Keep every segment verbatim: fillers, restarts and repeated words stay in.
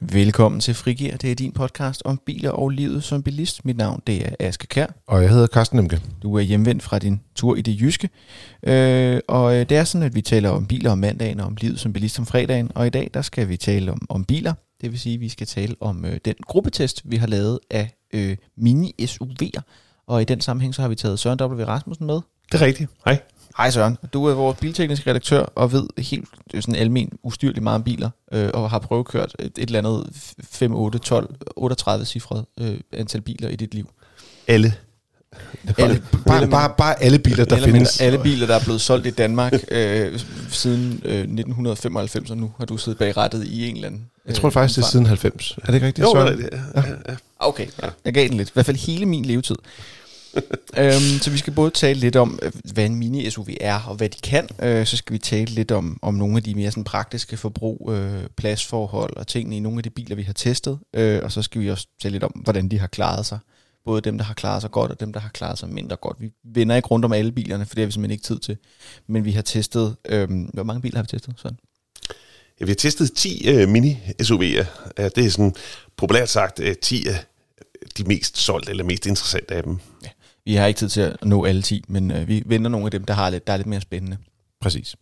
Velkommen til Frigir. Det er din podcast om biler og livet som bilist. Mit navn det er Aske Kjær. Og jeg hedder Carsten Nemke. Du er hjemvendt fra din tur i det jyske. Øh, og det er sådan, at vi taler om biler om mandagen og om livet som bilist om fredagen. Og i dag der skal vi tale om, om biler. Det vil sige, at vi skal tale om øh, den gruppetest, vi har lavet af øh, mini-S U V'er. Og i den sammenhæng så har vi taget Søren W. Rasmussen med. Det er rigtigt. Hej. Hej Søren, du er vores biltekniske redaktør og ved helt sådan almen ustyrligt meget om biler, øh, og har prøvekørt et, et eller andet fem, otte, tolv, otteogtredive cifret øh, antal biler i dit liv. Alle. alle bare, bare, bare alle biler, der alle findes. Alle biler, der er blevet solgt i Danmark øh, siden øh, nitten femoghalvfems, og nu har du siddet bag rattet i en eller anden... Øh, Jeg tror faktisk, det er siden halvfems. Er det ikke rigtigt? Jo, Søren? det er det. Ja. Ja. Okay, jeg gav den lidt. I hvert fald hele min levetid. øhm, så vi skal både tale lidt om, hvad en mini-S U V er, og hvad de kan. Øh, så skal vi tale lidt om, om nogle af de mere sådan praktiske forbrug, øh, pladsforhold og tingene i nogle af de biler, vi har testet. Øh, og så skal vi også tale lidt om, hvordan de har klaret sig. Både dem, der har klaret sig godt, og dem, der har klaret sig mindre godt. Vi vender ikke rundt om alle bilerne, for det har vi simpelthen ikke tid til. Men vi har testet... Øh, hvor mange biler har vi testet? Sådan. Ja, vi har testet ti uh, mini-S U V'er. Uh, det er sådan populært sagt uh, ti af de mest solgte eller mest interessante af dem. Ja. Vi har ikke tid til at nå alle ti, men øh, vi vender nogle af dem, der, har lidt, der er lidt mere spændende. Præcis.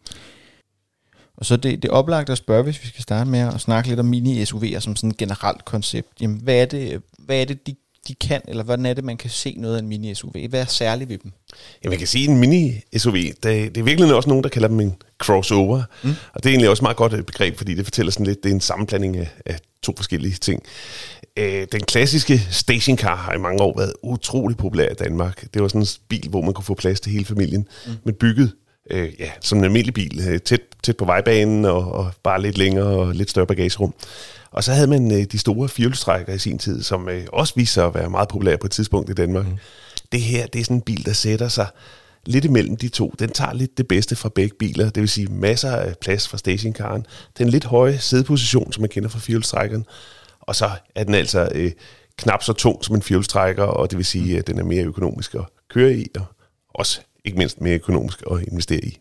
Og så det, det oplagte at spørge, hvis vi skal starte med at snakke lidt om mini-S U V'er som sådan et generelt koncept. Jamen, hvad er det, hvad er det de, de kan, eller hvordan er det, man kan se noget af en mini-S U V? Hvad er særligt ved dem? Ja, man kan sige, at en mini-S U V, det, det er virkelig også nogen, der kalder dem en crossover. Mm. Og det er egentlig også et meget godt begreb, fordi det fortæller sådan lidt, det er en sammenblanding af, af to forskellige ting. Den klassiske stationcar har i mange år været utrolig populær i Danmark. Det var sådan en bil, hvor man kunne få plads til hele familien, mm. men bygget øh, ja, som en almindelig bil, tæt, tæt på vejbanen og, og bare lidt længere og lidt større bagagerum. Og så havde man øh, de store firehjulstrækkere i sin tid, som øh, også viste sig at være meget populære på et tidspunkt i Danmark. Mm. Det her, det er sådan en bil, der sætter sig lidt imellem de to. Den tager lidt det bedste fra begge biler, det vil sige masser af plads fra stationcaren. Den lidt høje sædeposition, som man kender fra firehjulstrækkeren. Og så er den altså øh, knap så tung som en firehjulstrækker, og det vil sige, at den er mere økonomisk at køre i, og også ikke mindst mere økonomisk at investere i.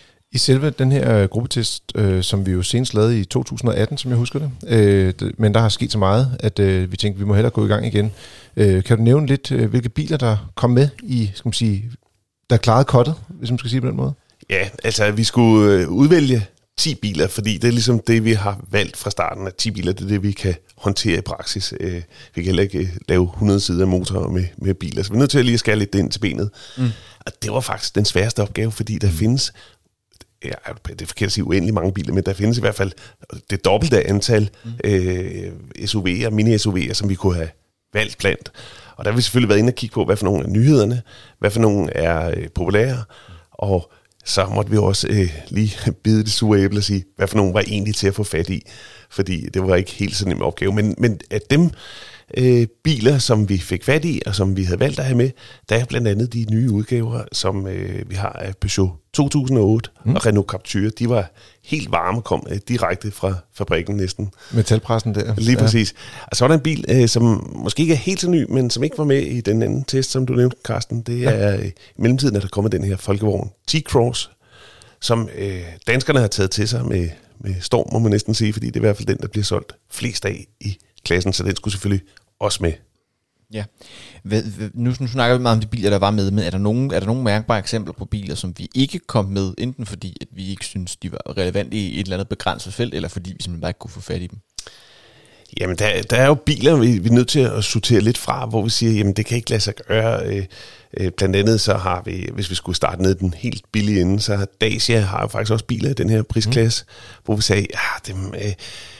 I selve den her øh, gruppetest, øh, som vi jo senest lavede i to tusind og atten, som jeg husker det, øh, det men der har sket så meget, at øh, vi tænkte, vi må hellere gå i gang igen. Øh, kan du nævne lidt, øh, hvilke biler, der kom med i, skal man sige, der klarede kottet, hvis man skal sige på den måde? Ja, altså vi skulle øh, udvælge ti biler, fordi det er ligesom det, vi har valgt fra starten, at ti biler, det er det, vi kan håndtere i praksis. Vi kan heller ikke lave hundrede sider motorer med, med biler, så vi er nødt til at lige at skære lidt ind til benet. Mm. Og det var faktisk den sværeste opgave, fordi der mm. findes, ja, det er forkert at sige uendelig mange biler, men der findes i hvert fald det dobbelte antal mm. øh, S U V'er, mini-S U V'er, som vi kunne have valgt blandt. Og der har vi selvfølgelig været inde og kigge på, hvad for nogle af nyhederne, hvad for nogle er øh, populære, og så måtte vi også øh, lige bide det sure æble og sige, hvad for nogen var egentlig til at få fat i. Fordi det var ikke helt sådan en opgave. Men, men af dem øh, biler, som vi fik fat i, og som vi havde valgt at have med, der er blandt andet de nye udgaver, som øh, vi har af Peugeot to tusind og otte mm. og Renault Captur. De var helt varme, kom øh, direkte fra fabrikken næsten. Metalpressen der. Lige ja. Præcis. Og så var der en bil, øh, som måske ikke er helt så ny, men som ikke var med i den anden test, som du nævnte, Carsten. Det ja. er øh, i mellemtiden, at der kommer den her folkevogn T-Cross, som øh, danskerne har taget til sig med, med storm, må man næsten sige, fordi det er i hvert fald den, der bliver solgt flest af i klassen, så den skulle selvfølgelig også med. Ja, nu, nu snakker vi meget om de biler, der var med, men er der nogle, er der nogle mærkbare eksempler på biler, som vi ikke kom med, enten fordi at vi ikke synes, de var relevante i et eller andet begrænset felt, eller fordi vi simpelthen bare ikke kunne få fat i dem? Jamen, der, der er jo biler, vi, vi er nødt til at sortere lidt fra, hvor vi siger, jamen det kan ikke lade sig gøre. Øh, øh, blandt andet så har vi, hvis vi skulle starte ned den helt billige ende, så har Dacia har jo faktisk også biler i den her prisklasse, mm. hvor vi sagde, ja, det, øh,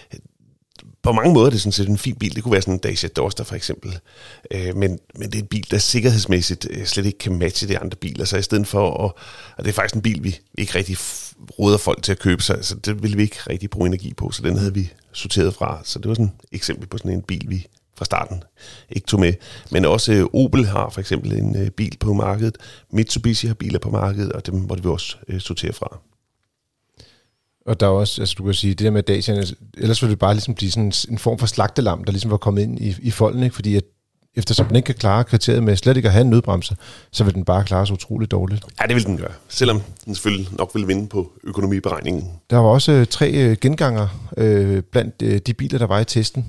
på mange måder det er sådan set en fin bil. Det kunne være sådan en Dacia Duster for eksempel. Øh, men, men det er en bil, der sikkerhedsmæssigt øh, slet ikke kan matche de andre biler. Så i stedet for, at, og det er faktisk en bil, vi ikke rigtig råder folk til at købe sig, så det ville vi ikke rigtig bruge energi på, så den havde vi sorteret fra. Så det var sådan et eksempel på sådan en bil, vi fra starten ikke tog med. Men også øh, Opel har for eksempel en øh, bil på markedet. Mitsubishi har biler på markedet, og dem måtte vi også øh, sortere fra. Og der er også, altså du kan sige, det der med Dacia, ellers ville det bare ligesom blive sådan en form for slagtelam, der ligesom var kommet ind i, i folden, ikke? Fordi at eftersom den ikke kan klare kriteriet med slet ikke at have en nødbremse, så vil den bare klare sig utroligt dårligt. Ja, det vil den gøre, selvom den selvfølgelig nok vil vinde på økonomiberegningen. Der var også øh, tre øh, genganger øh, blandt øh, de biler, der var i testen.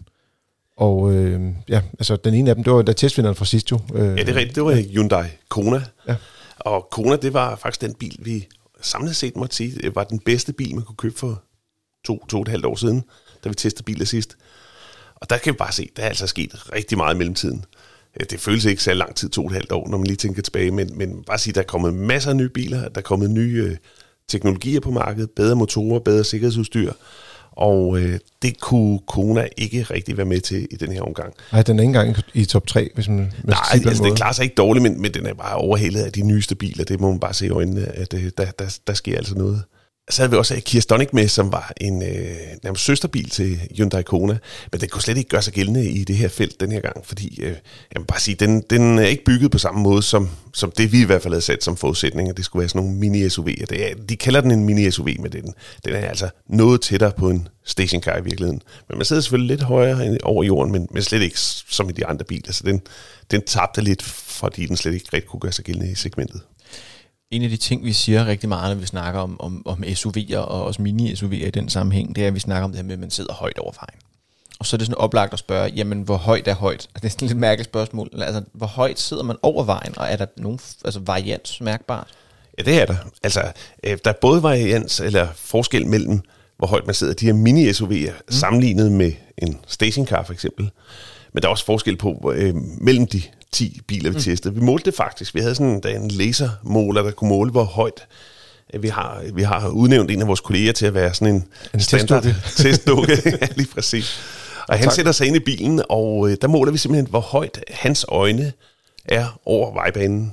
Og øh, ja, altså den ene af dem, det var der testvinderen fra sidst jo. Øh, ja, det er rigtigt. Det var Hyundai Kona. Ja. Og Kona, det var faktisk den bil, vi samlet set måtte sige, var den bedste bil, man kunne købe for to, to og et halvt år siden, da vi testede biler sidst. Og der kan vi bare se, der er altså sket rigtig meget i mellemtiden. Det føles ikke så lang tid, to og et halvt år, når man lige tænker tilbage, men, men bare sige, der er kommet masser af nye biler, der er kommet nye øh, teknologier på markedet, bedre motorer, bedre sikkerhedsudstyr, og øh, det kunne Kona ikke rigtig være med til i den her omgang. Nej, den er ikke engang i top tre, hvis man... Nej, altså det klarer sig ikke dårligt, men, men den er bare overhældet af de nyeste biler, det må man bare se i øjnene, at øh, der, der, der sker altså noget. Så havde vi også Kia Stonic med, som var en øh, nærmest søsterbil til Hyundai Kona, men den kunne slet ikke gøre sig gældende i det her felt den her gang, fordi øh, jeg må bare sige, den, den er ikke bygget på samme måde, som, som det vi i hvert fald havde sat som forudsætning, at det skulle være sådan nogle mini-S U V'er. Det er, de kalder den en mini-S U V, men den, den er altså noget tættere på en stationcar i virkeligheden. Men man sidder selvfølgelig lidt højere over jorden, men, men slet ikke som i de andre biler, så den, den tabte lidt, fordi den slet ikke rigtig kunne gøre sig gældende i segmentet. En af de ting, vi siger rigtig meget, når vi snakker om, om, om S U V'er og også mini-S U V'er i den sammenhæng, det er, at vi snakker om det her med, at man sidder højt over vejen. Og så er det sådan oplagt at spørge, jamen, hvor højt er højt? Det er sådan et lidt mærkeligt spørgsmål. Altså, hvor højt sidder man over vejen, og er der nogen altså, varians mærkbart? Ja, det er der. Altså, der er både varians eller forskel mellem, hvor højt man sidder. De her mini-S U V'er mm. sammenlignet med en stationcar for eksempel. Men der er også forskel på øh, mellem de ti biler, vi mm. testede. Vi målte det faktisk. Vi havde sådan der en lasermåler, der kunne måle, hvor højt vi har. Vi har udnævnt en af vores kolleger til at være sådan en, en standard testdukke. Ja, lige præcis. Og ja, han sætter sig ind i bilen, og øh, der måler vi simpelthen, hvor højt hans øjne er over vejbanen.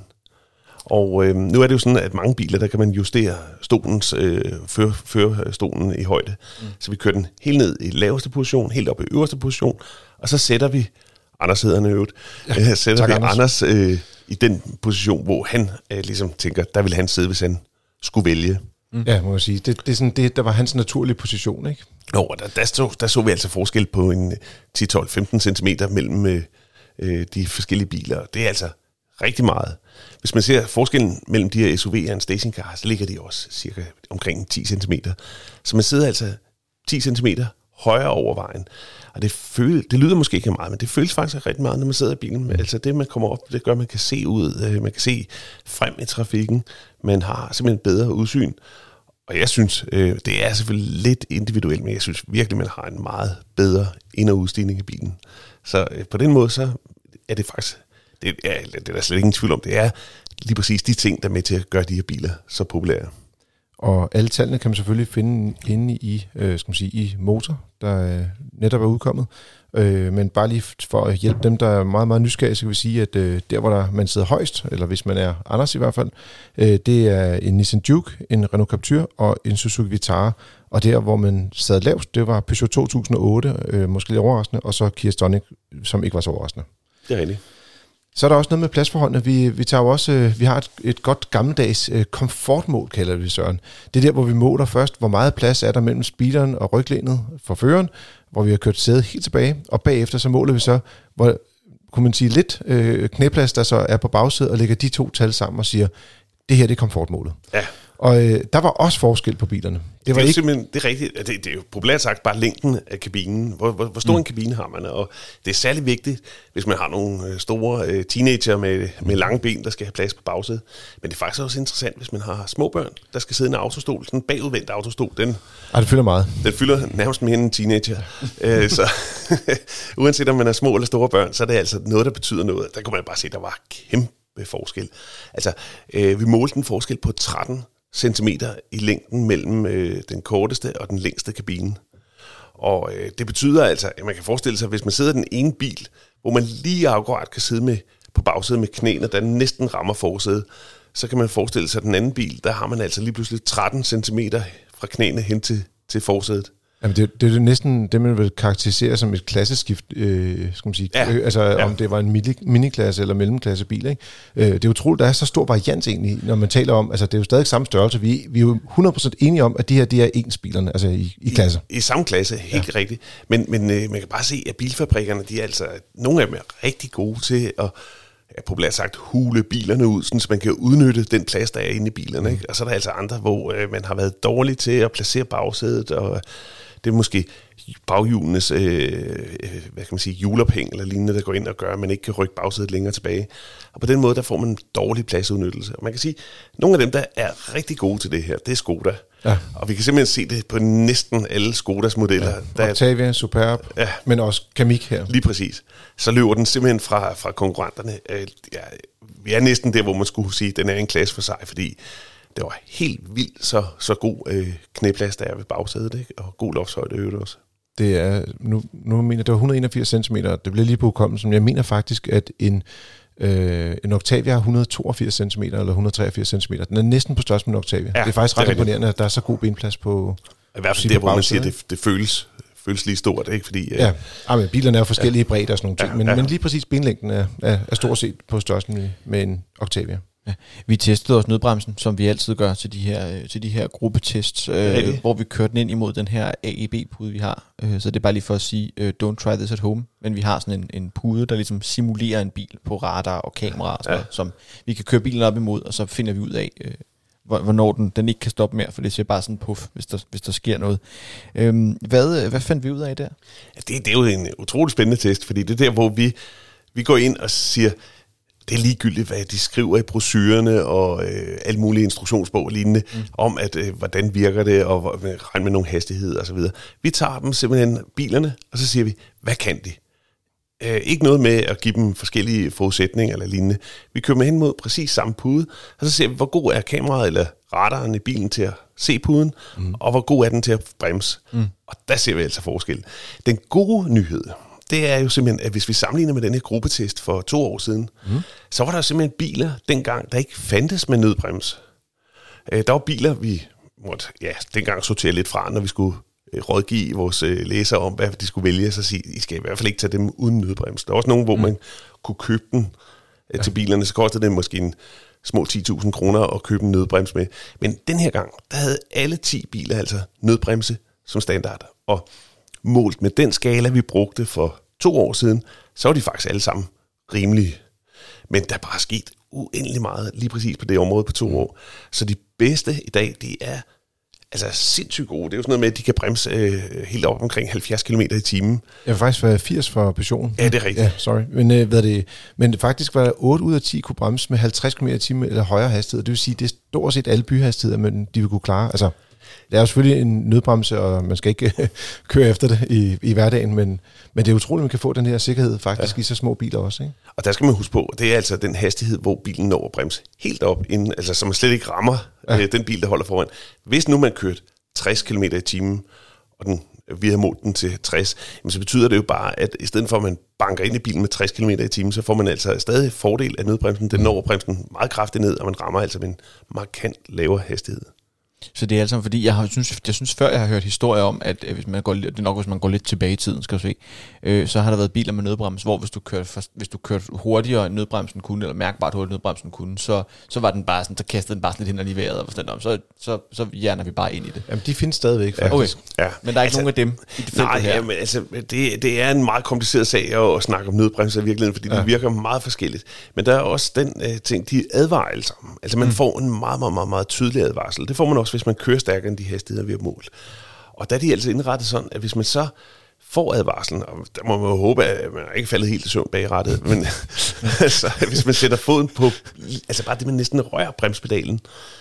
Og øh, nu er det jo sådan, at mange biler, der kan man justere stolens, øh, før, førerstolen i højde. Mm. Så vi kører den helt ned i laveste position, helt op i øverste position, og så sætter vi, Anders hedder han øvrigt, ja, øh, sætter tak, vi Anders, Anders øh, i den position, hvor han øh, ligesom tænker, der vil han sidde, hvis han skulle vælge. Mm. Ja, må jeg sige. Det, det er sådan, det, der var hans naturlige position, ikke? Nå, og der, der, så, der så vi altså forskel på en ti, tolv, femten centimeter mellem øh, de forskellige biler. Det er altså rigtig meget. Hvis man ser forskellen mellem de her S U V'er og en stationcar, så ligger de også cirka omkring ti centimeter. Så man sidder altså ti centimeter højere over vejen. Og det, føles, det lyder måske ikke meget, men det føles faktisk rigtig meget, når man sidder i bilen. Altså det, man kommer op, det gør, at man kan se ud, man kan se frem i trafikken. Man har simpelthen bedre udsyn. Og jeg synes, det er selvfølgelig lidt individuelt, men jeg synes virkelig, man har en meget bedre ind- og udstigning i bilen. Så på den måde, så er det faktisk... Det er, det er der slet ingen tvivl om. Det er lige præcis de ting, der er med til at gøre de her biler så populære. Og alle tallene kan man selvfølgelig finde inde i, øh, skal man sige, i Motor, der øh, netop er udkommet. Øh, men bare lige for at hjælpe dem, der er meget, meget nysgerrige, så kan vi sige, at øh, der, hvor der, man sidder højst, eller hvis man er Anders i hvert fald, øh, det er en Nissan Juke, en Renault Captur og en Suzuki Vitara. Og der, hvor man sad lavst, det var Peugeot to tusind og otte, øh, måske lidt overraskende, og så Kia Stonic, som ikke var så overraskende. Det er rigtigt. Så er der også noget med pladsforholdene. Vi, vi, tager jo også, øh, vi har et, et godt gammeldags øh, komfortmål, kalder vi det, Søren. Det er der, hvor vi måler først, hvor meget plads er der mellem speederen og ryglænet for føreren, hvor vi har kørt sædet helt tilbage, og bagefter så måler vi så, hvor, kunne man sige, lidt øh, knæplads, der så er på bagsædet, og lægger de to tal sammen og siger, det her det er komfortmålet. Ja. Og øh, der var også forskel på bilerne. Det, var det er ikke... simpelthen, det er rigtigt, det, det er jo populært sagt bare længden af kabinen. Hvor, hvor, hvor stor mm. en kabine har man? Og det er særlig vigtigt, hvis man har nogle store øh, teenager med, med lange ben, der skal have plads på bagsædet. Men det er faktisk også interessant, hvis man har små børn, der skal sidde i en autostol. Sådan en bagudvendt autostol. Den, Ej, det fylder meget. Den fylder nærmest mere end en teenager. øh, så uanset om man er små eller store børn, så er det altså noget, der betyder noget. Der kunne man bare se, at der var kæmpe forskel. Altså, øh, vi målte en forskel på tretten centimeter i længden mellem øh, den korteste og den længste kabine. Og øh, det betyder altså, at man kan forestille sig, hvis man sidder i den ene bil, hvor man lige akkurat kan sidde med, på bagsædet med knæene, der næsten rammer forsædet, så kan man forestille sig, at den anden bil, der har man altså lige pludselig tretten centimeter fra knæene hen til, til forsædet. Jamen det, det er jo næsten det, man vil karakterisere som et klasseskift, øh, skal man sige. Ja. Øh, altså Ja. om det var en mini, miniklasse eller mellemklasse bil, ikke? Øh, det er utroligt, der er så stor variant egentlig, når man taler om, altså det er jo stadig samme størrelse. Vi, vi er jo hundrede procent enige om, at de her, de er ens-bilerne, altså i, i klasser. I, I samme klasse, helt ja. rigtigt. Men, men øh, man kan bare se, at bilfabrikkerne, de er altså, nogle af dem er rigtig gode til at, ja, populært sagt, hule bilerne ud, sådan, så man kan udnytte den plads, der er inde i bilerne. Ikke? Og så er der altså andre, hvor øh, man har været dårlig til at placere bagsædet, og det er måske baghjulenes øh, hvad kan man sige, hjulophæng eller lignende, der går ind og gør, at man ikke kan rykke bagsædet længere tilbage. Og på den måde, der får man en dårlig pladsudnyttelse. Og man kan sige, at nogle af dem, der er rigtig gode til det her, det er Skoda. Ja. Og vi kan simpelthen se det på næsten alle Skodas modeller. Ja. Der Octavia, Superb, ja. Men også Kamiq her. Lige præcis. Så løber den simpelthen fra, fra konkurrenterne. Øh, ja, vi er næsten der, hvor man skulle sige, at den er en klasse for sig, fordi det var helt vildt så, så god øh, knæplads, der er ved bagsædet, ikke? Og god loftshøjde øvrigt også. Det er, nu, nu mener jeg, det var et hundrede og enogfirs centimeter, det bliver lige på hukommelsen, men jeg mener faktisk, at en, øh, en Octavia har et hundrede og toogfirs centimeter eller et hundrede og treogfirs centimeter. Den er næsten på størrelse med en Octavia. Ja, det er faktisk ret imponerende, at der er så god benplads på. I hvert fald der, hvor man siger, det, det føles, føles lige stort, ikke? Fordi, ja, ja men bilerne er jo forskellige ja. bredder og sådan nogle ting, ja, men, ja. men lige præcis benlængden er, er, er stort set på størrelse med, med en Octavia. Ja. Vi testede også nødbremsen, som vi altid gør til de her, til de her gruppetests, øh, hvor vi kørte den ind imod den her A E B-pude, vi har. Øh, så det er bare lige for at sige, øh, don't try this at home. Men vi har sådan en, en pude, der ligesom simulerer en bil på radar og kamera, ja. som vi kan køre bilen op imod, og så finder vi ud af, øh, hvornår den, den ikke kan stoppe mere, for det siger bare sådan puff, hvis der, hvis der sker noget. Øh, hvad, hvad fandt vi ud af der? Ja, det, det er jo en utrolig spændende test, fordi det er der, hvor vi, vi går ind og siger, det er ligegyldigt, hvad de skriver i brochurerne og øh, alle mulige instruktionsbog og lignende, mm. om, at øh, hvordan virker det, og regne med nogle hastigheder og så videre. Vi tager dem simpelthen, bilerne, og så siger vi, hvad kan de? Øh, ikke noget med at give dem forskellige forudsætninger eller lignende. Vi kører med hen mod præcis samme pude, og så ser vi, hvor god er kameraet eller radaren i bilen til at se puden, mm. og hvor god er den til at bremse. Mm. Og der ser vi altså forskel. Den gode nyhed, det er jo simpelthen, at hvis vi sammenligner med den her gruppetest for to år siden, mm. så var der jo simpelthen biler dengang, der ikke fandtes med nødbrems. Øh, der var biler, vi måtte ja, dengang sortere lidt fra, når vi skulle øh, rådgive vores øh, læsere om, hvad de skulle vælge, så sige, I skal i hvert fald ikke tage dem uden nødbrems. Der var også nogen, hvor mm. man kunne købe den øh, til bilerne, så kostede det måske en små ti tusind kroner at købe en nødbrems med. Men den her gang, der havde alle ti biler altså nødbremse som standard. Og målt med den skala, vi brugte for to år siden, så var de faktisk alle sammen rimelige. Men der er bare sket uendelig meget lige præcis på det område på to år. Så de bedste i dag, de er altså sindssygt gode. Det er jo sådan noget med, at de kan bremse øh, helt op omkring halvfjerds kilometer i timen. Jeg vil faktisk være firs for Peugeot. Ja, det er rigtigt. Ja, sorry. Men, øh, hvad er det? Men faktisk var der otte ud af ti kunne bremse med halvtreds kilometer i timen eller højere hastighed. Det vil sige, det er stort set alle byhastigheder, men de vil kunne klare. Altså, det er jo selvfølgelig en nødbremse, og man skal ikke køre efter det i, i hverdagen, men, men det er utroligt, at man kan få den her sikkerhed faktisk ja. i så små biler også. Ikke? Og der skal man huske på, det er altså den hastighed, hvor bilen når at bremse helt op, inden, altså så man slet ikke rammer ja. øh, den bil, der holder foran. Hvis nu man kørte tres kilometer i timen, og den, vi har målt den til tres, jamen så betyder det jo bare, at i stedet for at man banker ind i bilen med tres kilometer i timen, så får man altså stadig fordel af nødbremsen. Den når bremsen meget kraftigt ned, og man rammer altså med en markant lavere hastighed. Så det er altså fordi, jeg har, synes, jeg synes før, jeg har hørt historier om, at øh, hvis man går, det er nok, hvis man går lidt tilbage i tiden, skal du se, øh, så har der været biler med nødbrems, hvor hvis du kørte, for, hvis du kørte hurtigere end nødbremsen kunne, eller mærkbart hurtigere end nødbremsen kunne, så, så var den bare sådan, så kastede den bare sådan lidt hen i vejret, og sådan om, så, så, så hjerner vi bare ind i det. Jamen, de findes stadigvæk, faktisk. Okay. Ja. Men der er ikke altså, nogen af dem i det nej, her. Jamen, altså, det, det er en meget kompliceret sag at, at snakke om nødbremser i virkeligheden, fordi ja. de virker meget forskelligt. Men der er også den uh, ting, de advarer om. Altså, man mm. får en meget, meget, meget, meget tydelig advarsel. Det får man også, hvis man kører stærkere end de hastigheder, vi har målt. Og der er de altså indrettet sådan, at hvis man så får advarslen, og der må man jo håbe, at man ikke er faldet helt i søvn bag rattet, men altså, hvis man sætter foden på, altså bare det, man næsten rører bremspedalen,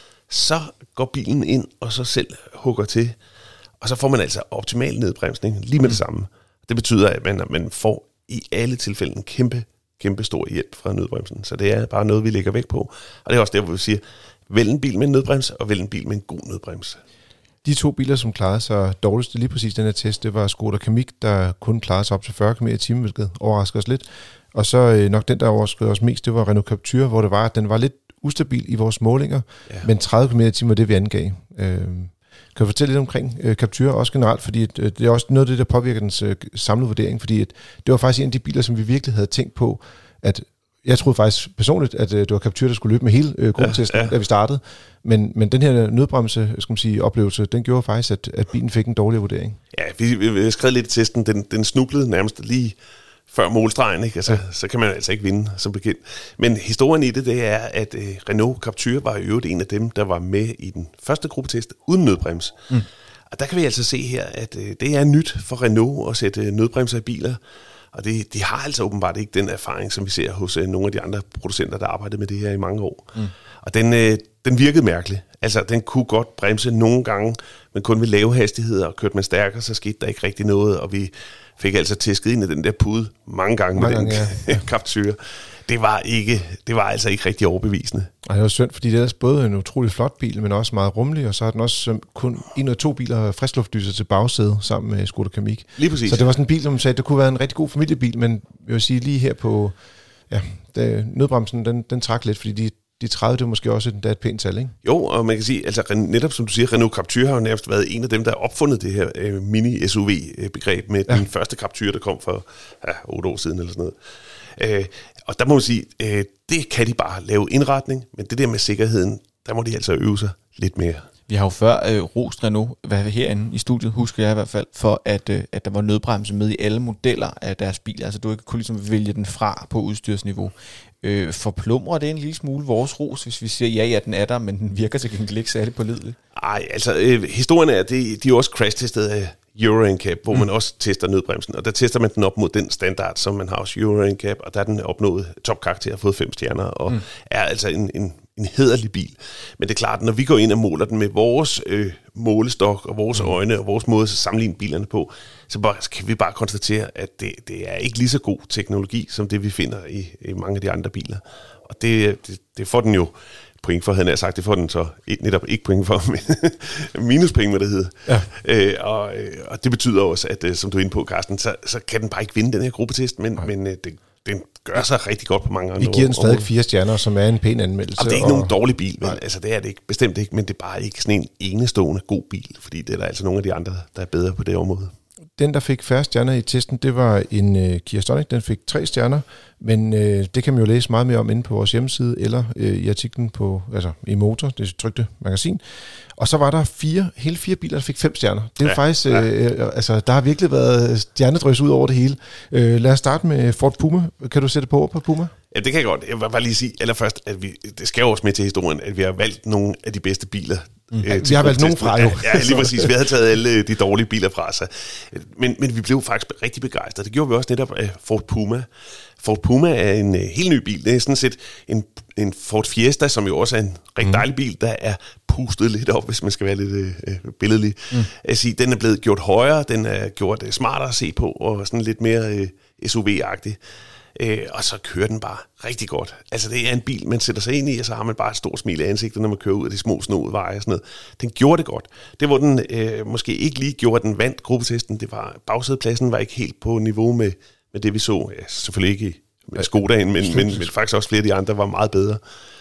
så går bilen ind, og så selv hugger til, og så får man altså optimal nedbremsning lige med det samme. Det betyder, at man, man får i alle tilfælde en kæmpe, kæmpe stor hjælp fra nødbremsen. Så det er bare noget, vi lægger vægt på. Og det er også der, hvor vi siger, vælg en bil med en nødbrems, og vælg en bil med en god nødbrems. De to biler, som klarede sig dårligst lige præcis den her test, det var Skoda Kamiq, der kun klarede sig op til fyrre kilometer i timen, hvilket overrasker os lidt. Og så øh, nok den, der overraskede os mest, det var Renault Captur, hvor det var, at den var lidt ustabil i vores målinger, ja. men tredive kilometer i timen var det, vi angav. Øh, Kan du fortælle lidt omkring øh, Captur også generelt, fordi øh, det er også noget af det, der påvirker dens øh, samlede vurdering, fordi at det var faktisk en af de biler, som vi virkelig havde tænkt på, at jeg troede faktisk personligt, at øh, det var Captur, der skulle løbe med hele øh, gruppetesten, ja, ja. da vi startede, men, men den her nødbremse, skal man sige, oplevelse, den gjorde faktisk, at, at bilen fik en dårlig vurdering. Ja, vi, vi, vi skrev lidt i testen, den, den snublede nærmest lige før målstregen, ikke? Altså, ja. Så kan man altså ikke vinde, som bekendt. Men historien i det, det er, at øh, Renault Captur var i øvrigt en af dem, der var med i den første gruppetest uden nødbrems. Mm. Og der kan vi altså se her, at øh, det er nyt for Renault at sætte øh, nødbremser i biler. Og det, de har altså åbenbart ikke den erfaring, som vi ser hos øh, nogle af de andre producenter, der arbejdede med det her i mange år. Mm. Og den, øh, den virkede mærkelig. Altså, den kunne godt bremse nogle gange, men kun ved lave hastigheder, og kørte man stærkere, så skete der ikke rigtig noget, og vi fik altså tæsket ind i den der pude mange gange mange med gange, den ja. Captur. Det var, ikke, det var altså ikke rigtig overbevisende. Ej, det var synd, fordi det er både en utrolig flot bil, men også meget rummelig, og så har den også kun en og to biler friskluftlyser til bagsædet sammen med Skoda Kamiq. Lige præcis. Så det var sådan en bil, som sagde, det kunne være en rigtig god familiebil, men jeg vil sige lige her på ja, det, nødbremsen, den, den trak lidt, fordi de De tredive, det er måske også et, et pænt tal, ikke? Jo, og man kan sige, altså netop som du siger, Renault Captur har jo nærmest været en af dem, der har opfundet det her øh, mini-S U V-begreb med ja. den første Captur, der kom for ja, otte år siden eller sådan noget. Øh, og der må man sige, øh, det kan de bare lave indretning, men det der med sikkerheden, der må de altså øve sig lidt mere. Vi har jo før øh, rost Renault, hvad herinde i studiet, husker jeg i hvert fald, for at, øh, at der var nødbremse med i alle modeller af deres biler. Altså du ikke kunne ligesom vælge den fra på udstyrsniveau. Øh, forplumrer det en lille smule vores ros, hvis vi siger, ja, ja, den er der, men den virker til gengæld ikke særlig pålidelig? Ej, altså øh, historien er, at de, de er også crash-testet af Euro N C A P, hvor mm. man også tester nødbremsen, og der tester man den op mod den standard, som man har hos Euro N C A P, og der er den opnået topkarakter og fået fem stjerner, og mm. er altså en, en, en hæderlig bil. Men det er klart, når vi går ind og måler den med vores øh, målestok og vores mm. øjne og vores måde at sammenligne bilerne på, så bare, så kan vi bare konstatere, at det, det er ikke lige så god teknologi, som det vi finder i, i mange af de andre biler. Og det, det, det får den jo point for, havde jeg sagt, det får den så netop ikke point for, men minuspenge, hvad det hedder. Ja. Øh, og, og det betyder også, at som du er inde på, Carsten, så, så kan den bare ikke vinde den her gruppetest, men, men det, den gør sig rigtig godt på mange andre. Vi giver den stadig fire stjerner, som er en pæn anmeldelse. Og det er ikke og... nogen dårlig bil, vel? Altså det er det ikke, bestemt ikke, men det er bare ikke sådan en enestående god bil, fordi det er der altså nogle af de andre, der er bedre på det område. Den, der fik færre stjerner i testen, det var en uh, Kia Stonic. Den fik tre stjerner, men uh, det kan man jo læse meget mere om inde på vores hjemmeside, eller uh, i artiklen på, altså i Motor, det trykte magasin. Og så var der fire, hele fire biler, der fik fem stjerner. Det er ja, faktisk, ja. uh, altså der har virkelig været stjernedrøs ud over det hele. Uh, lad os starte med Ford Puma. Kan du sætte på ord på Puma? Ja, det kan jeg godt. Jeg vil bare lige sige allerførst, at vi, det skal jo også med til historien, at vi har valgt nogle af de bedste biler. Mm. Øh, ja, vi har valgt nogle fra jo. Ja, lige præcis. Vi havde taget alle de dårlige biler fra sig. Men, men vi blev faktisk rigtig begejstrede. Det gjorde vi også netop af Ford Puma. Ford Puma er en uh, helt ny bil. Det er sådan set en, en Ford Fiesta, som jo også er en rigtig dejlig bil, der er pustet lidt op, hvis man skal være lidt uh, billedlig. Mm. Altså, den er blevet gjort højere, den er gjort uh, smartere at se på, og sådan lidt mere uh, S U V-agtig. Øh, og så kører den bare rigtig godt. Altså det er en bil, man sætter sig ind i, og så har man bare et stort smil i ansigtet, når man kører ud af de små snodede veje og sådan noget. Den gjorde det godt. Det hvor den øh, måske ikke lige gjorde, den vandt gruppetesten, det var, bagsædepladsen var ikke helt på niveau med, med det vi så. Ja, selvfølgelig ikke med Skodaen, men, men, men faktisk også flere af de andre var meget bedre.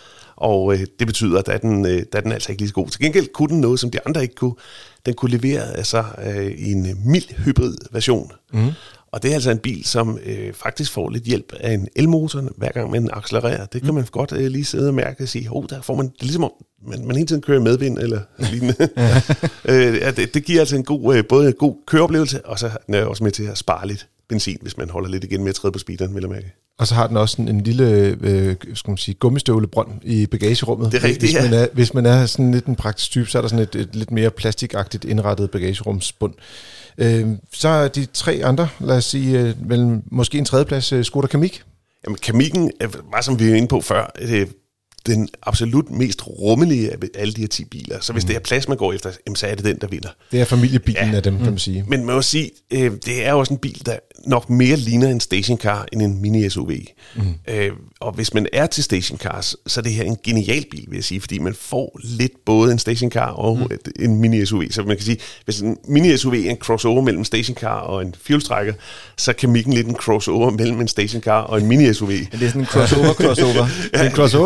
Og øh, det betyder, at der er, den, øh, der er den altså ikke lige så god. Til gengæld kunne den noget, som de andre ikke kunne. Den kunne levere altså, øh, i en mild hybrid version. Mm. Og det er altså en bil, som øh, faktisk får lidt hjælp af en elmotor, hver gang man accelererer. Det kan mm. man godt øh, lige sidde og mærke og sige, oh, der får man, det er ligesom om, man, man hele tiden kører medvind eller lignende. øh, ja, det, det giver altså en god, øh, både en god køreoplevelse, og så er den også med til at spare lidt benzin, hvis man holder lidt igen med at træde på speederen, vil jeg mærke. Og så har den også en, en lille øh, skal man sige, gummistøvlebrønd i bagagerummet. Det er rigtigt, hvis, ja. man er, hvis man er sådan lidt en praktisk type, så er der sådan et, et lidt mere plastikagtigt indrettet bagagerumsbund. Øh, så er de tre andre, lad os sige, øh, vel, måske en tredjeplads, øh, Skoda Kamiq. Jamen Kamiq'en, var som vi er inde på før, det den absolut mest rummelige af alle de her ti biler. Så hvis mm. det er plads, man går efter, så er det den, der vinder. Det er familiebilen ja. af dem, mm. kan man sige. Men man må sige, øh, det er også en bil, der nok mere ligner en stationcar end en mini-S U V. Mm. Øh, og hvis man er til stationcars, så er det her en genial bil, vil jeg sige, fordi man får lidt både en stationcar og mm. en mini-S U V. Så man kan sige, hvis en mini-S U V er en crossover mellem stationcar og en fuelstrækker, så kan Kamiq'en lidt en crossover mellem en stationcar og en mini-S U V. Men det er sådan en crossover-crossover. ja. Det er en crossover-crossover.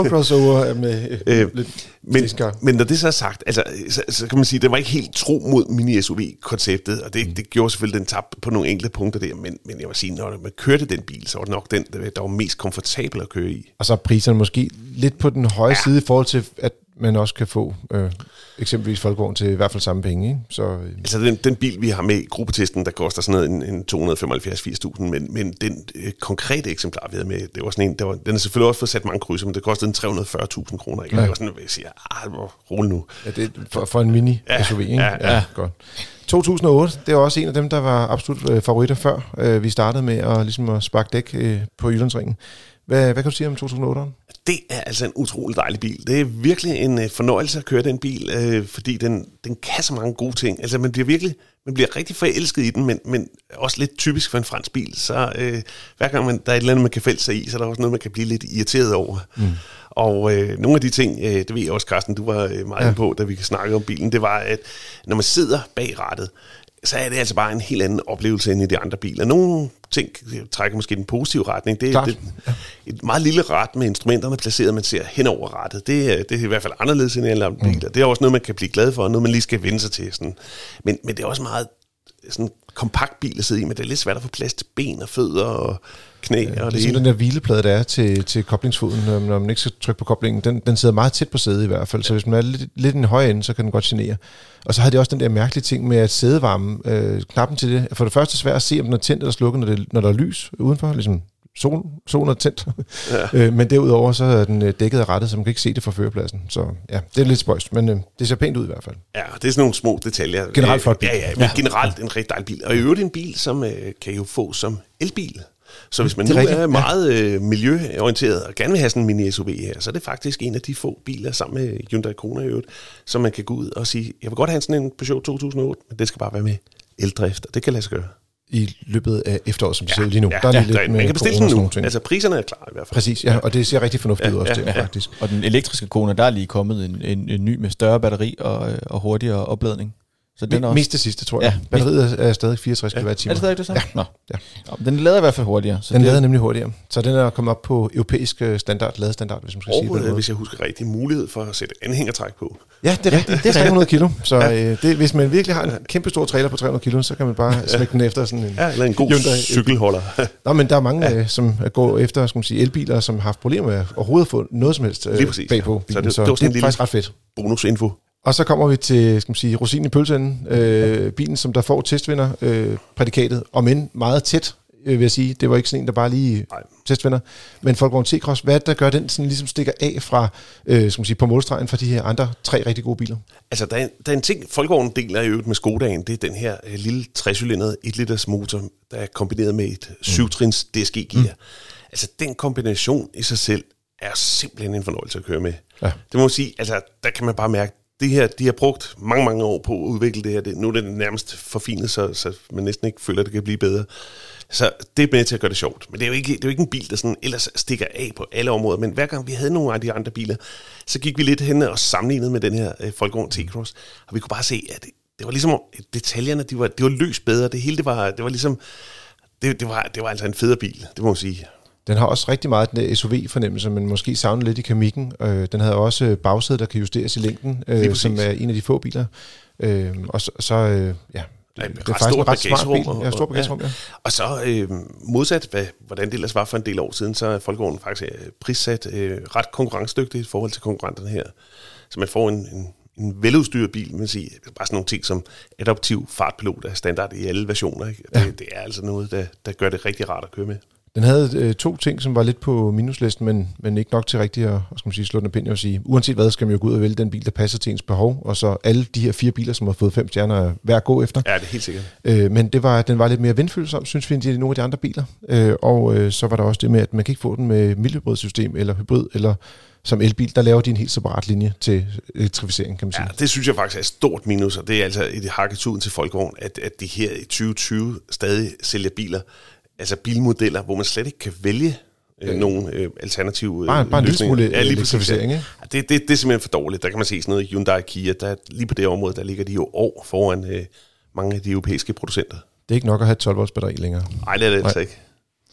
bruger med øh, lidt men, men når det så er sagt, altså, så, så kan man sige, at det var ikke helt tro mod mini-S U V-konceptet, og det, mm. det gjorde selvfølgelig den tab på nogle enkelte punkter der, men, men jeg vil sige, når man kørte den bil, så var det nok den, der var mest komfortabel at køre i. Og så er priserne måske lidt på den høje ja. side i forhold til, at man også kan få øh, eksempelvis Folkevogn til i hvert fald samme penge. Ikke? Så, øh. Altså den, den bil, vi har med i gruppetesten, der koster sådan noget en, en to hundrede og femoghalvfjerds til firs tusind, men, men den øh, konkrete eksemplar, vi havde med, det var sådan en, der var, den er selvfølgelig også fået sat mange krydser, men det kostede en tre hundrede og fyrre tusind kroner. Ikke? Ja. Det var sådan, at jeg siger, ah, rolig nu. Ja, det er for, for en mini-S U V, ikke? Ja, ja, ja. Godt. to tusind og otte, det er også en af dem, der var absolut øh, favoritter før. Øh, vi startede med at, ligesom at sparke dæk øh, på Jyllandsringen. Hvad, hvad kan du sige om to tusind og otte? Det er altså en utrolig dejlig bil. Det er virkelig en øh, fornøjelse at køre den bil, øh, fordi den, den kan så mange gode ting. Altså man bliver virkelig, man bliver rigtig forelsket i den, men, men også lidt typisk for en fransk bil. Så øh, hver gang man, der er et eller andet, man kan fælde sig i, så er der også noget, man kan blive lidt irriteret over. Mm. Og øh, nogle af de ting, øh, det ved jeg også, Carsten, du var øh, meget ja. på, da vi kan snakke om bilen, det var, at når man sidder bag rattet, så er det altså bare en helt anden oplevelse end i de andre biler. Nogle ting trækker måske den positive retning. Det er det, et meget lille rat med instrumenterne placeret, man ser hen over rattet. Det er, det er i hvert fald anderledes end alle andre biler. Mm. Det er også noget, man kan blive glad for, og noget, man lige skal vende sig til. Sådan. Men, men det er også meget sådan kompakt bil at sidde i, men det er lidt svært at få plads til ben og fødder og knæ. Ja, og det, det er den der hvileplade, der er til, til koblingsfoden, når man ikke skal trykke på koblingen. Den, den sidder meget tæt på sædet i hvert fald, ja. Så hvis man er lidt, lidt i den høje ende, så kan den godt genere. Og så har de også den der mærkelige ting med at sædevarme. Øh, knappen til det for det første svært at se, om den er tændt eller slukket, når, det, når der er lys udenfor, ligesom sol, solen er tændt. Ja. øh, men derudover så er den dækket af rattet, så man kan ikke se det fra førerpladsen. Så ja, det er lidt spøjst, men øh, det ser pænt ud i hvert fald. Ja, det er sådan nogle små detaljer. Generelt flot bil. Ja, ja, men ja. Generelt en rigtig dejlig bil. Og i øvrigt en bil, som øh, kan jo få som elbil. Så hvis man nu er meget øh, miljøorienteret og gerne vil have sådan en mini-S U V her, så er det faktisk en af de få biler sammen med Hyundai Kona i øvrigt, som man kan gå ud og sige, jeg vil godt have sådan en Peugeot to tusind og otte, men det skal bare være med eldrift, og det kan lade sig gøre. I løbet af efteråret, som det ja, ser ud lige nu. Ja, der er ja, lidt der, man kan bestille den nu. Altså priserne er klar i hvert fald. Præcis, ja, og det ser rigtig fornuftigt ja, ud også, ja, det, ja. faktisk. Og den elektriske Kona, der er lige kommet en, en, en ny med større batteri og, og hurtigere opladning. Så den også... Mest det sidste, tror jeg. Ja, batteriet er stadig fireogtres kilowatt timer. Er det stadig det samme? Ja. Nå. Ja. Den lader i hvert fald hurtigere. Så den lader nemlig hurtigere. Så den er kommet op på europæisk standard, ladestandard, hvis man skal og, sige det. Og hvis jeg husker rigtigt, mulighed for at sætte anhængertræk på. Ja, det er rigtigt. Ja, det er tre hundrede kilo. Så ja. øh, det, hvis man virkelig har en kæmpe stor trailer på tre hundrede kilo, så kan man bare ja. smække den efter sådan en... Ja, eller en god Hyundai cykelholder. Nå, men der er mange, ja. øh, som går efter skal man sige, elbiler, som har haft problemer med at overhovedet få noget som helst øh, bagpå bilen. Så det, så det, det er faktisk ret fedt. Bonusinfo. Og så kommer vi til, skal man sige, rosinen i pølseenden, øh, bilen, som der får testvinder øh, prædikatet, om end meget tæt, øh, vil jeg sige. Det var ikke sådan en, der bare lige Nej. testvinder. Men Folkevogn T-Cross, hvad der gør den sådan ligesom stikker af fra, øh, skal man sige, på målstregen for de her andre tre rigtig gode biler? Altså, der er, der er en ting, Folkevognen deler i øvrigt med Skodaen, det er den her øh, lille trecylindrede et liters motor, der er kombineret med et syv-trins D S G-gear. Mm. Altså, den kombination i sig selv er simpelthen en fornøjelse at køre med. Ja. Det må man sige, altså, der kan man bare mærke, det her, de har brugt mange, mange år på at udvikle det her. Det, nu er det nærmest forfinet, så, så man næsten ikke føler, at det kan blive bedre. Så det er med til at gøre det sjovt. Men det er jo ikke, det er jo ikke en bil, der sådan ellers stikker af på alle områder. Men hver gang vi havde nogle af de andre biler, så gik vi lidt hen og sammenlignede med den her uh, Folkevogn T-Cross. Og vi kunne bare se, at det, det var ligesom, detaljerne, de var, det var løst bedre. Det hele, det var, det var ligesom, det, det, var, det var altså en federe bil, det må man sige. Den har også rigtig meget den S U V-fornemmelse, men måske savner lidt i keramikken. Øh, den havde også bagsæde, der kan justeres i længden, øh, som er en af de få biler. Øh, og så, så øh, ja, det, Ej, det er faktisk en ret smart bil. Ja, stor bagagerum, ja. ja. Og så øh, modsat, hvad, hvordan det ellers var for en del år siden, så er Folkevognen faktisk prissat øh, ret konkurrencedygtigt i forhold til konkurrenterne her. Så man får en, en, en veludstyret bil, man siger, bare sådan nogle ting som adaptiv fartpilot er standard i alle versioner. Ikke? Ja. Det, det er altså noget, der, der gør det rigtig rart at køre med. Den havde øh, to ting, som var lidt på minuslisten, men, men ikke nok til rigtigt at skal man sige, slå den pind og sige, uanset hvad, skal man jo gå ud og vælge den bil, der passer til ens behov, og så alle de her fire biler, som har fået fem stjerner, er værd at gå efter. Ja, det er helt sikkert. Øh, men det var, den var lidt mere vindfølsom, synes vi, end de, nogle af de andre biler. Øh, og øh, så var der også det med, at man kan ikke få den med mildhybridsystem eller hybrid, eller som elbil, der laver de en helt separat linje til elektrificering, kan man sige. Ja, det synes jeg faktisk er et stort minus, og det er altså i det hakketuden til Folkevogn, at, at de her i tyve tyve stadig sælger biler, altså bilmodeller, hvor man slet ikke kan vælge øh, ja. nogle øh, alternative bare, øh, bare en lille smule ja, elektrificering, ikke? Ja, det, det, det er simpelthen for dårligt. Der kan man se sådan noget Hyundai Kia, der lige på det område, der ligger de jo år foran øh, mange af de europæiske producenter. Det er ikke nok at have et tolv volts batteri længere. Nej, det er det altså ikke.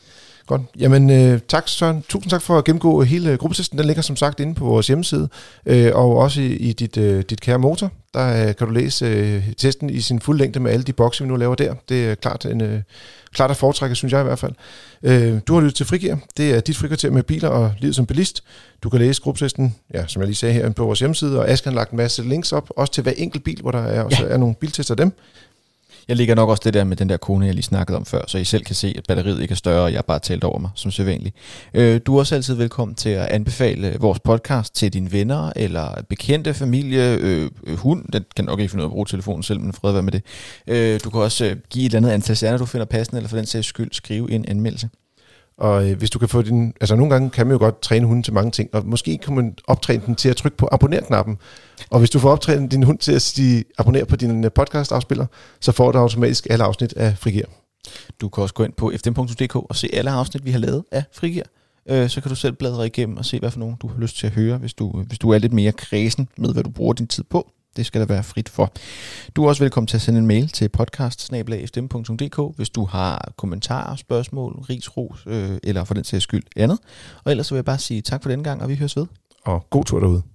Godt. Jamen, øh, tak Søren. Tusind tak for at gennemgå hele gruppetesten. Den ligger som sagt inde på vores hjemmeside, øh, og også i, i dit, øh, dit kære motor. Der øh, kan du læse øh, testen i sin fulde længde med alle de bokse, vi nu laver der. Det er klart, en, øh, klart at foretrække, synes jeg i hvert fald. Øh, du har lyttet til Frigir. Det er dit frikvarter med biler og livet som bilist. Du kan læse gruppetesten, ja, som jeg lige sagde her, på vores hjemmeside, og Asger har lagt en masse links op, også til hver enkelt bil, hvor der er, også ja. er nogle biltester af dem. Jeg ligger nok også det der med den der kone, jeg lige snakkede om før, så I selv kan se, at batteriet ikke er større, og jeg har bare talt over mig, som sædvanligt. Øh, du er også altid velkommen til at anbefale vores podcast til dine venner, eller bekendte, familie, øh, hund. Den kan nok ikke finde ud af at bruge telefonen selv, men fred være med det. Øh, du kan også øh, give et eller andet antal stjerner, du finder passende, eller for den sags skyld skrive en anmeldelse. Og øh, hvis du kan få din... Altså nogle gange kan man jo godt træne hunden til mange ting, og måske kan man optræne den til at trykke på abonner-knappen. Og hvis du får optrænet din hund til at sige abonner på din podcast-afspiller, så får du automatisk alle afsnit af Frigir. Du kan også gå ind på f d m punktum d k og se alle afsnit, vi har lavet af Frigir. Øh, så kan du selv bladre igennem og se, hvad for nogen du har lyst til at høre, hvis du, hvis du er lidt mere kredsen med, hvad du bruger din tid på. Det skal der være frit for. Du er også velkommen til at sende en mail til podcast bindestreg f d m punktum d k, hvis du har kommentarer, spørgsmål, ris, ros, øh, eller for den sags skyld andet. Og ellers så vil jeg bare sige tak for denne gang, og vi høres ved. Og god tur derude.